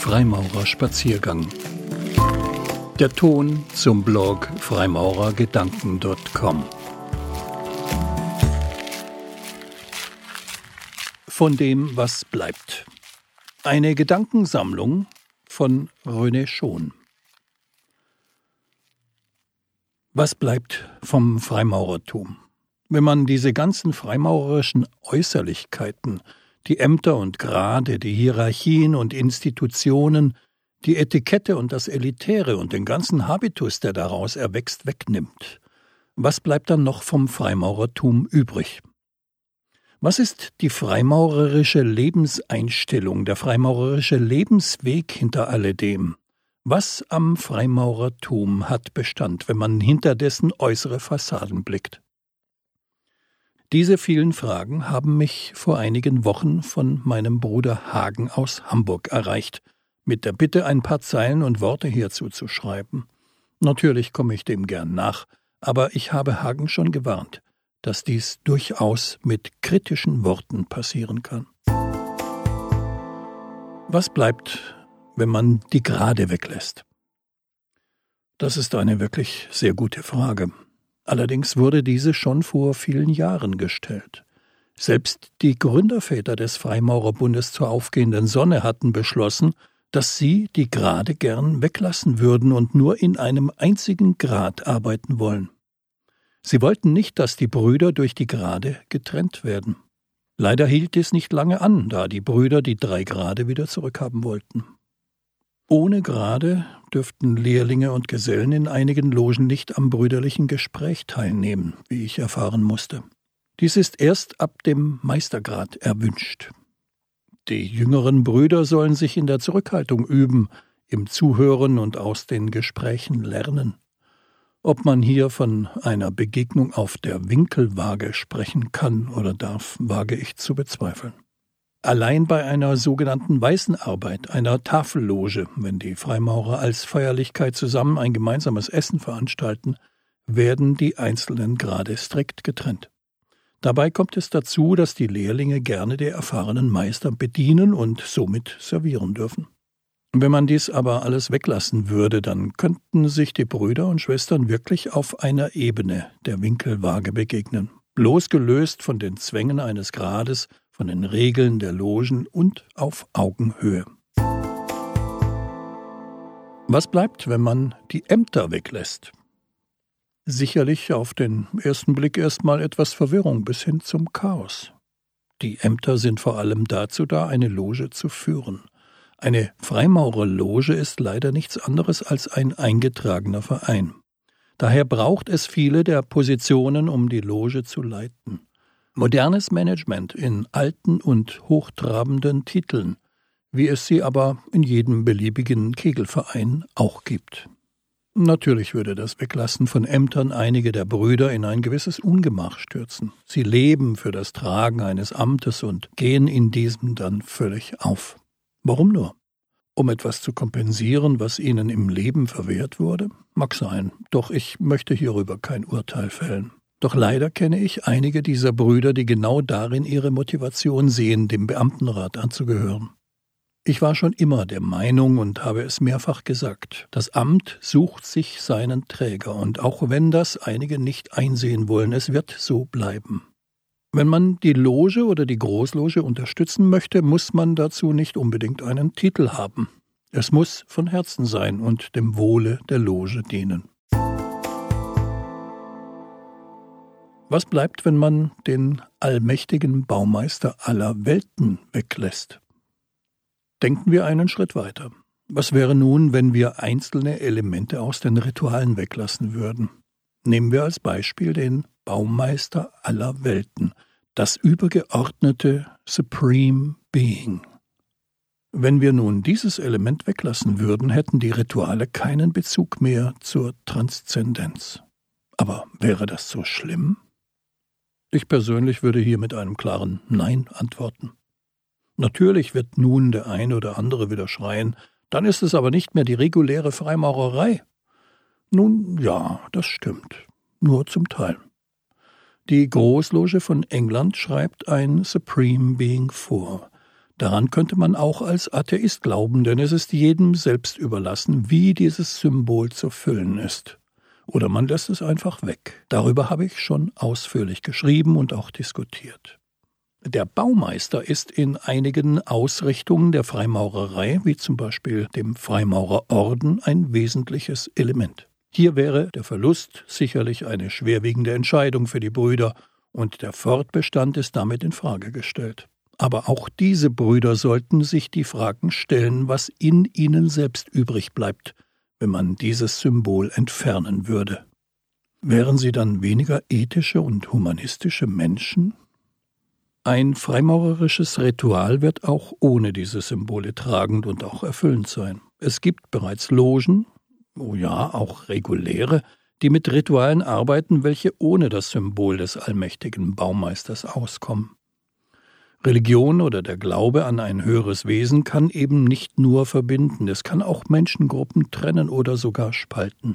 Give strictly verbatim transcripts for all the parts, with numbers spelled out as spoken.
Freimaurerspaziergang. Der Ton zum Blog freimaurergedanken punkt com. Von dem, was bleibt. Eine Gedankensammlung von René Schon. Was bleibt vom Freimaurertum? Wenn man diese ganzen freimaurerischen Äußerlichkeiten, die Ämter und Grade, die Hierarchien und Institutionen, die Etikette und das Elitäre und den ganzen Habitus, der daraus erwächst, wegnimmt, was bleibt dann noch vom Freimaurertum übrig? Was ist die freimaurerische Lebenseinstellung, der freimaurerische Lebensweg hinter alledem? Was am Freimaurertum hat Bestand, wenn man hinter dessen äußere Fassaden blickt? Diese vielen Fragen haben mich vor einigen Wochen von meinem Bruder Hagen aus Hamburg erreicht, mit der Bitte, ein paar Zeilen und Worte hierzu zu schreiben. Natürlich komme ich dem gern nach, aber ich habe Hagen schon gewarnt, dass dies durchaus mit kritischen Worten passieren kann. Was bleibt, wenn man die Grade weglässt? Das ist eine wirklich sehr gute Frage. Allerdings wurde diese schon vor vielen Jahren gestellt. Selbst die Gründerväter des Freimaurerbundes zur aufgehenden Sonne hatten beschlossen, dass sie die Grade gern weglassen würden und nur in einem einzigen Grad arbeiten wollen. Sie wollten nicht, dass die Brüder durch die Grade getrennt werden. Leider hielt dies nicht lange an, da die Brüder die drei Grade wieder zurückhaben wollten. Ohne Grade dürften Lehrlinge und Gesellen in einigen Logen nicht am brüderlichen Gespräch teilnehmen, wie ich erfahren musste. Dies ist erst ab dem Meistergrad erwünscht. Die jüngeren Brüder sollen sich in der Zurückhaltung üben, im Zuhören und aus den Gesprächen lernen. Ob man hier von einer Begegnung auf der Winkelwaage sprechen kann oder darf, wage ich zu bezweifeln. Allein bei einer sogenannten Weißenarbeit, einer Tafelloge, wenn die Freimaurer als Feierlichkeit zusammen ein gemeinsames Essen veranstalten, werden die einzelnen Grade strikt getrennt. Dabei kommt es dazu, dass die Lehrlinge gerne die erfahrenen Meister bedienen und somit servieren dürfen. Wenn man dies aber alles weglassen würde, dann könnten sich die Brüder und Schwestern wirklich auf einer Ebene der Winkelwaage begegnen, losgelöst von den Zwängen eines Grades, von den Regeln der Logen und auf Augenhöhe. Was bleibt, wenn man die Ämter weglässt? Sicherlich auf den ersten Blick erstmal etwas Verwirrung bis hin zum Chaos. Die Ämter sind vor allem dazu da, eine Loge zu führen. Eine Freimaurerloge ist leider nichts anderes als ein eingetragener Verein. Daher braucht es viele der Positionen, um die Loge zu leiten. Modernes Management in alten und hochtrabenden Titeln, wie es sie aber in jedem beliebigen Kegelverein auch gibt. Natürlich würde das Weglassen von Ämtern einige der Brüder in ein gewisses Ungemach stürzen. Sie leben für das Tragen eines Amtes und gehen in diesem dann völlig auf. Warum nur? Um etwas zu kompensieren, was ihnen im Leben verwehrt wurde? Mag sein, doch ich möchte hierüber kein Urteil fällen. Doch leider kenne ich einige dieser Brüder, die genau darin ihre Motivation sehen, dem Beamtenrat anzugehören. Ich war schon immer der Meinung und habe es mehrfach gesagt, das Amt sucht sich seinen Träger und auch wenn das einige nicht einsehen wollen, es wird so bleiben. Wenn man die Loge oder die Großloge unterstützen möchte, muss man dazu nicht unbedingt einen Titel haben. Es muss von Herzen sein und dem Wohle der Loge dienen. Was bleibt, wenn man den allmächtigen Baumeister aller Welten weglässt? Denken wir einen Schritt weiter. Was wäre nun, wenn wir einzelne Elemente aus den Ritualen weglassen würden? Nehmen wir als Beispiel den Baumeister aller Welten, das übergeordnete Supreme Being. Wenn wir nun dieses Element weglassen würden, hätten die Rituale keinen Bezug mehr zur Transzendenz. Aber wäre das so schlimm? Ich persönlich würde hier mit einem klaren Nein antworten. Natürlich wird nun der eine oder andere wieder schreien, dann ist es aber nicht mehr die reguläre Freimaurerei. Nun ja, das stimmt, nur zum Teil. Die Großloge von England schreibt ein Supreme Being vor, Daran könnte man auch als Atheist glauben, denn es ist jedem selbst überlassen, wie dieses Symbol zu füllen ist. Oder man lässt es einfach weg. Darüber habe ich schon ausführlich geschrieben und auch diskutiert. Der Baumeister ist in einigen Ausrichtungen der Freimaurerei, wie zum Beispiel dem Freimaurerorden, ein wesentliches Element. Hier wäre der Verlust sicherlich eine schwerwiegende Entscheidung für die Brüder und der Fortbestand ist damit in Frage gestellt. Aber auch diese Brüder sollten sich die Fragen stellen, was in ihnen selbst übrig bleibt, wenn man dieses Symbol entfernen würde. Wären sie dann weniger ethische und humanistische Menschen? Ein freimaurerisches Ritual wird auch ohne diese Symbole tragend und auch erfüllend sein. Es gibt bereits Logen, oh ja, auch reguläre, die mit Ritualen arbeiten, welche ohne das Symbol des allmächtigen Baumeisters auskommen. Religion oder der Glaube an ein höheres Wesen kann eben nicht nur verbinden, es kann auch Menschengruppen trennen oder sogar spalten.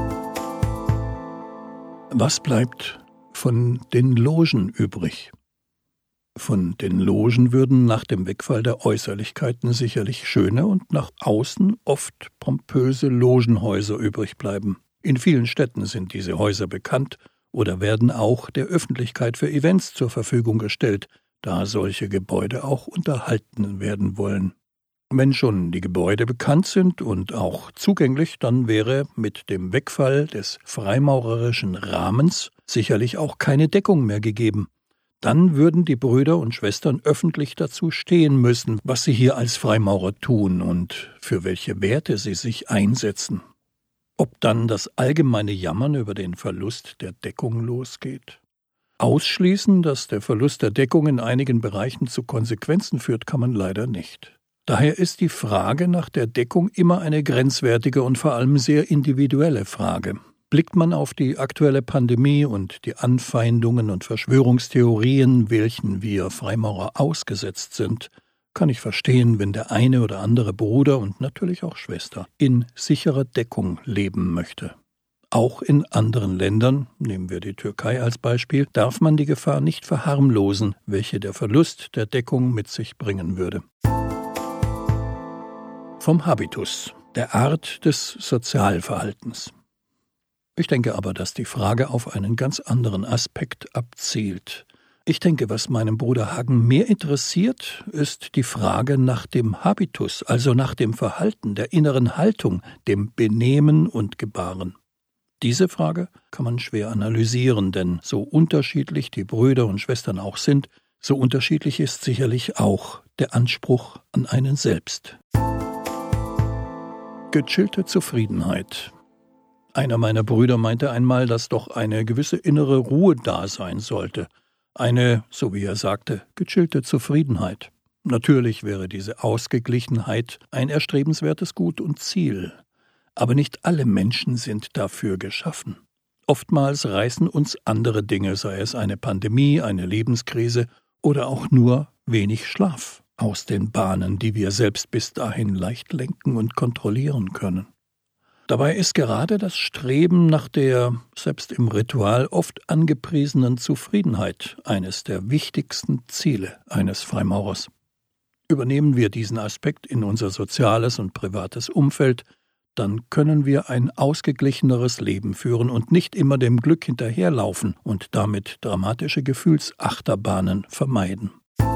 Was bleibt von den Logen übrig? Von den Logen würden nach dem Wegfall der Äußerlichkeiten sicherlich schöne und nach außen oft pompöse Logenhäuser übrig bleiben. In vielen Städten sind diese Häuser bekannt oder werden auch der Öffentlichkeit für Events zur Verfügung gestellt, da solche Gebäude auch unterhalten werden wollen. Wenn schon die Gebäude bekannt sind und auch zugänglich, dann wäre mit dem Wegfall des freimaurerischen Rahmens sicherlich auch keine Deckung mehr gegeben. Dann würden die Brüder und Schwestern öffentlich dazu stehen müssen, was sie hier als Freimaurer tun und für welche Werte sie sich einsetzen. Ob dann das allgemeine Jammern über den Verlust der Deckung losgeht? Ausschließen, dass der Verlust der Deckung in einigen Bereichen zu Konsequenzen führt, kann man leider nicht. Daher ist die Frage nach der Deckung immer eine grenzwertige und vor allem sehr individuelle Frage. Blickt man auf die aktuelle Pandemie und die Anfeindungen und Verschwörungstheorien, welchen wir Freimaurer ausgesetzt sind, kann ich verstehen, wenn der eine oder andere Bruder und natürlich auch Schwester in sicherer Deckung leben möchte. Auch in anderen Ländern, nehmen wir die Türkei als Beispiel, darf man die Gefahr nicht verharmlosen, welche der Verlust der Deckung mit sich bringen würde. Vom Habitus, der Art des Sozialverhaltens. Ich denke aber, dass die Frage auf einen ganz anderen Aspekt abzielt. Ich denke, was meinen Bruder Hagen mehr interessiert, ist die Frage nach dem Habitus, also nach dem Verhalten, der inneren Haltung, dem Benehmen und Gebaren. Diese Frage kann man schwer analysieren, denn so unterschiedlich die Brüder und Schwestern auch sind, so unterschiedlich ist sicherlich auch der Anspruch an einen selbst. Gechillte Zufriedenheit. Einer meiner Brüder meinte einmal, dass doch eine gewisse innere Ruhe da sein sollte. Eine, so wie er sagte, gechillte Zufriedenheit. Natürlich wäre diese Ausgeglichenheit ein erstrebenswertes Gut und Ziel. Aber nicht alle Menschen sind dafür geschaffen. Oftmals reißen uns andere Dinge, sei es eine Pandemie, eine Lebenskrise oder auch nur wenig Schlaf, aus den Bahnen, die wir selbst bis dahin leicht lenken und kontrollieren können. Dabei ist gerade das Streben nach der, selbst im Ritual oft angepriesenen Zufriedenheit eines der wichtigsten Ziele eines Freimaurers. Übernehmen wir diesen Aspekt in unser soziales und privates Umfeld, dann können wir ein ausgeglicheneres Leben führen und nicht immer dem Glück hinterherlaufen und damit dramatische Gefühlsachterbahnen vermeiden.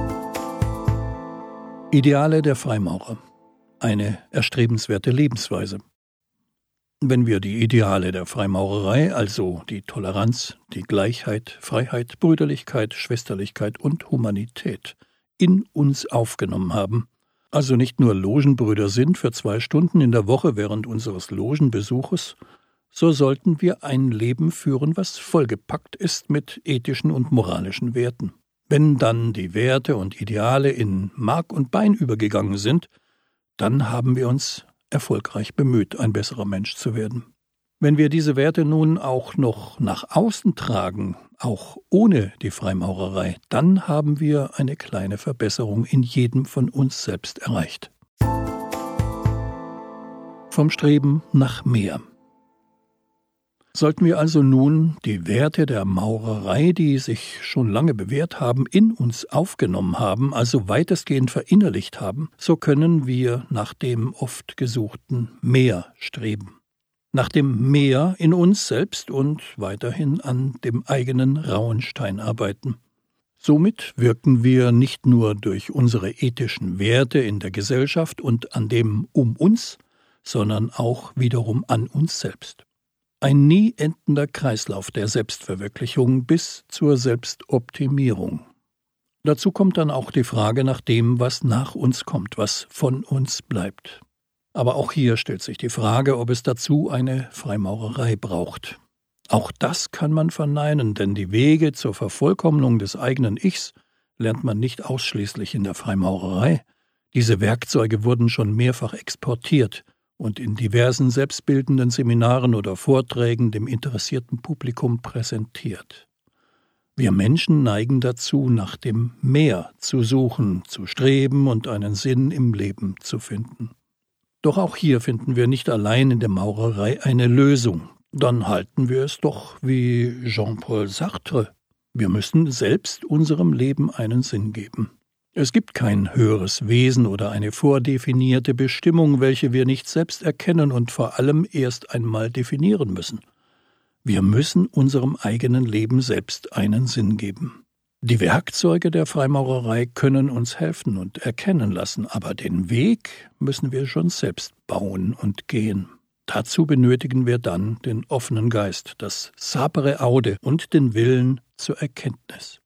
Ideale der Freimaurer. Eine erstrebenswerte Lebensweise. Wenn wir die Ideale der Freimaurerei, also die Toleranz, die Gleichheit, Freiheit, Brüderlichkeit, Schwesterlichkeit und Humanität in uns aufgenommen haben, also nicht nur Logenbrüder sind für zwei Stunden in der Woche während unseres Logenbesuches, so sollten wir ein Leben führen, was vollgepackt ist mit ethischen und moralischen Werten. Wenn dann die Werte und Ideale in Mark und Bein übergegangen sind, dann haben wir uns erfolgreich bemüht, ein besserer Mensch zu werden. Wenn wir diese Werte nun auch noch nach außen tragen, auch ohne die Freimaurerei, dann haben wir eine kleine Verbesserung in jedem von uns selbst erreicht. Vom Streben nach mehr. Sollten wir also nun die Werte der Maurerei, die sich schon lange bewährt haben, in uns aufgenommen haben, also weitestgehend verinnerlicht haben, so können wir nach dem oft gesuchten Mehr streben. Nach dem Mehr in uns selbst und weiterhin an dem eigenen Rauhenstein arbeiten. Somit wirken wir nicht nur durch unsere ethischen Werte in der Gesellschaft und an dem um uns, sondern auch wiederum an uns selbst. Ein nie endender Kreislauf der Selbstverwirklichung bis zur Selbstoptimierung. Dazu kommt dann auch die Frage nach dem, was nach uns kommt, was von uns bleibt. Aber auch hier stellt sich die Frage, ob es dazu eine Freimaurerei braucht. Auch das kann man verneinen, denn die Wege zur Vervollkommnung des eigenen Ichs lernt man nicht ausschließlich in der Freimaurerei. Diese Werkzeuge wurden schon mehrfach exportiert und in diversen selbstbildenden Seminaren oder Vorträgen dem interessierten Publikum präsentiert. Wir Menschen neigen dazu, nach dem Mehr zu suchen, zu streben und einen Sinn im Leben zu finden. Doch auch hier finden wir nicht allein in der Maurerei eine Lösung. Dann halten wir es doch wie Jean-Paul Sartre. Wir müssen selbst unserem Leben einen Sinn geben. Es gibt kein höheres Wesen oder eine vordefinierte Bestimmung, welche wir nicht selbst erkennen und vor allem erst einmal definieren müssen. Wir müssen unserem eigenen Leben selbst einen Sinn geben. Die Werkzeuge der Freimaurerei können uns helfen und erkennen lassen, aber den Weg müssen wir schon selbst bauen und gehen. Dazu benötigen wir dann den offenen Geist, das sapere aude und den Willen zur Erkenntnis.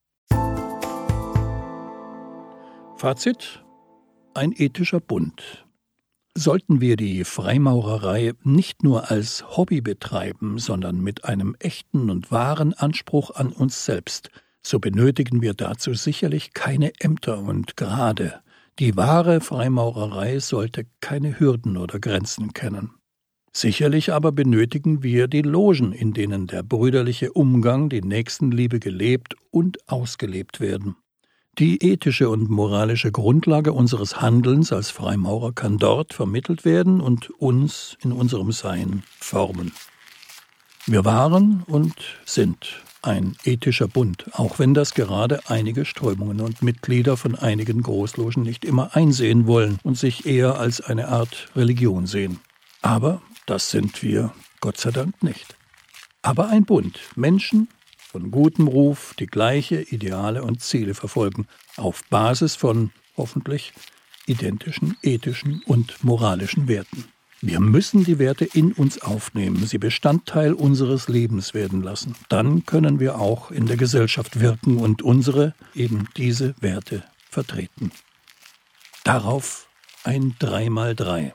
Fazit: Ein ethischer Bund. Sollten wir die Freimaurerei nicht nur als Hobby betreiben, sondern mit einem echten und wahren Anspruch an uns selbst, so benötigen wir dazu sicherlich keine Ämter und Grade. Die wahre Freimaurerei sollte keine Hürden oder Grenzen kennen. Sicherlich aber benötigen wir die Logen, in denen der brüderliche Umgang, die Nächstenliebe gelebt und ausgelebt werden. Die ethische und moralische Grundlage unseres Handelns als Freimaurer kann dort vermittelt werden und uns in unserem Sein formen. Wir waren und sind ein ethischer Bund, auch wenn das gerade einige Strömungen und Mitglieder von einigen Großlogen nicht immer einsehen wollen und sich eher als eine Art Religion sehen. Aber das sind wir, Gott sei Dank, nicht. Aber ein Bund, Menschen von gutem Ruf, die gleiche Ideale und Ziele verfolgen, auf Basis von hoffentlich identischen ethischen und moralischen Werten. Wir müssen die Werte in uns aufnehmen, sie Bestandteil unseres Lebens werden lassen. Dann können wir auch in der Gesellschaft wirken und unsere, eben diese Werte vertreten. Darauf ein drei mal drei.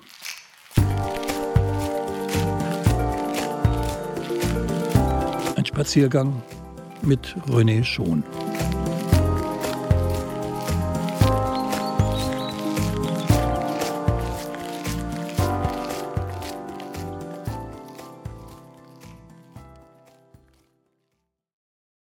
Ein Spaziergang mit René Schon.